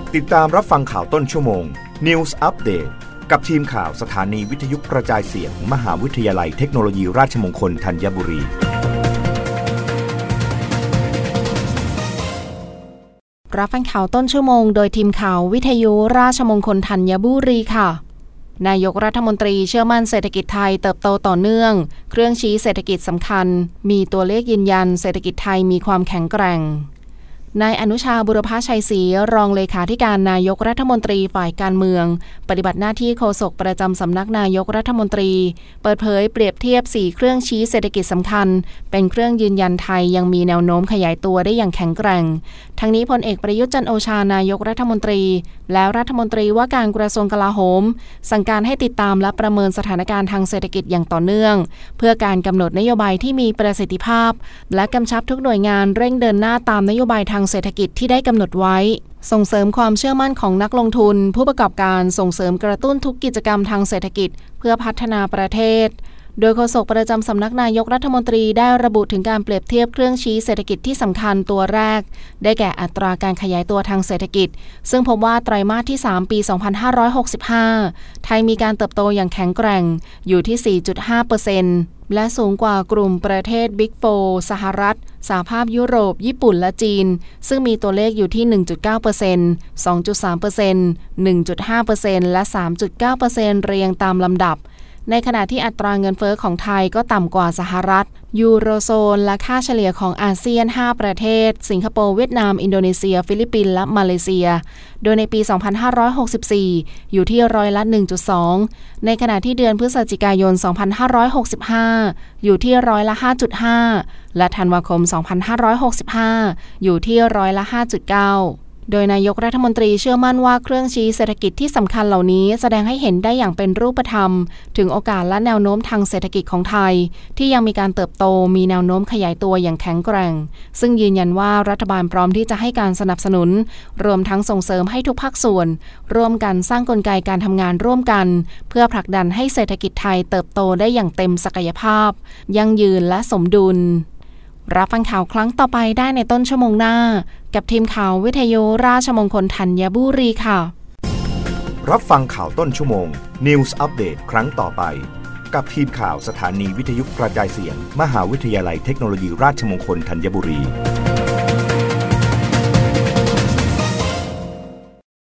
ติดตามรับฟังข่าวต้นชั่วโมง News Update กับทีมข่าวสถานีวิทยุกระจายเสียง มหาวิทยาลัยเทคโนโลยีราชมงคลธัญบุรีรับฟังข่าวต้นชั่วโมงโดยทีมข่าววิทยุราชมงคลธัญบุรีค่ะนายกรัฐมนตรีเชื่อมั่นเศรษฐกิจไทยเติบโตต่อเนื่องเครื่องชี้เศรษฐกิจสำคัญมีตัวเลขยืนยันเศรษฐกิจไทยมีความแข็งแกร่งนายอนุชาบุรพชัยศรีรองเลขาธิการนายกรัฐมนตรีฝ่ายการเมืองปฏิบัติหน้าที่โฆษกประจำสำนักนายกรัฐมนตรีเปิดเผยเปรียบเทียบ4เครื่องชี้เศรษฐกิจสำคัญเป็นเครื่องยืนยันไทยยังมีแนวโน้มขยายตัวได้อย่างแข็งแกร่งทั้งนี้พลเอกประยุทธ์จันทร์โอชานายกรัฐมนตรีและรัฐมนตรีว่าการกระทรวงกลาโหมสั่งการให้ติดตามและประเมินสถานการณ์ทางเศรษฐกิจอย่างต่อเนื่องเพื่อการกำหนดนโยบายที่มีประสิทธิภาพและกำชับทุกหน่วยงานเร่งเดินหน้าตามนโยบายทางเศรษฐกิจที่ได้กำหนดไว้ส่งเสริมความเชื่อมั่นของนักลงทุนผู้ประกอบการส่งเสริมกระตุ้นทุกกิจกรรมทางเศรษฐกิจเพื่อพัฒนาประเทศโดยโฆษกประจำสำนักนายกรัฐมนตรีได้ระบุถึงการเปรียบเทียบเครื่องชี้เศรษฐกิจที่สำคัญตัวแรกได้แก่อัตราการขยายตัวทางเศรษฐกิจซึ่งพบว่าไตรมาสที่3ปี2565ไทยมีการเติบโตอย่างแข็งแกร่งอยู่ที่ 4.5% และสูงกว่ากลุ่มประเทศบิ๊กโฟร์สหรัฐสหภาพยุโรปญี่ปุ่นและจีนซึ่งมีตัวเลขอยู่ที่ 1.9% 2.3% 1.5% และ 3.9% เรียงตามลำดับในขณะที่อัตราเงินเฟ้อของไทยก็ต่ำกว่าสหรัฐยูโรโซนและค่าเฉลี่ยของอาเซียน5ประเทศสิงคโปร์เวียดนามอินโดนีเซียฟิลิปปินส์และมาเลเซียโดยในปี2564อยู่ที่ร้อยละ 1.2 ในขณะที่เดือนพฤศจิกายน2565อยู่ที่ร้อยละ 5.5 และธันวาคม2565อยู่ที่ร้อยละ 5.9โดยนายกรัฐมนตรีเชื่อมั่นว่าเครื่องชี้เศรษฐกิจที่สำคัญเหล่านี้แสดงให้เห็นได้อย่างเป็นรูปธรรมถึงโอกาสและแนวโน้มทางเศรษฐกิจของไทยที่ยังมีการเติบโตมีแนวโน้มขยายตัวอย่างแข็งแกร่งซึ่งยืนยันว่ารัฐบาลพร้อมที่จะให้การสนับสนุนรวมทั้งส่งเสริมให้ทุกภาคส่วนร่วมกันสร้างกลไกการทำงานร่วมกันเพื่อผลักดันให้เศรษฐกิจไทยเติบโตได้อย่างเต็มศักยภาพยั่งยืนและสมดุลรับฟังข่าวครั้งต่อไปได้ในต้นชั่วโมงหน้ากับทีมข่าววิทยุราชมงคลธัญบุรีค่ะรับฟังข่าวต้นชั่วโมง News Update ครั้งต่อไปกับทีมข่าวสถานีวิทยุกระจายเสียง มหาวิทยาลัยเทคโนโลยีราชมงคลธัญบุรี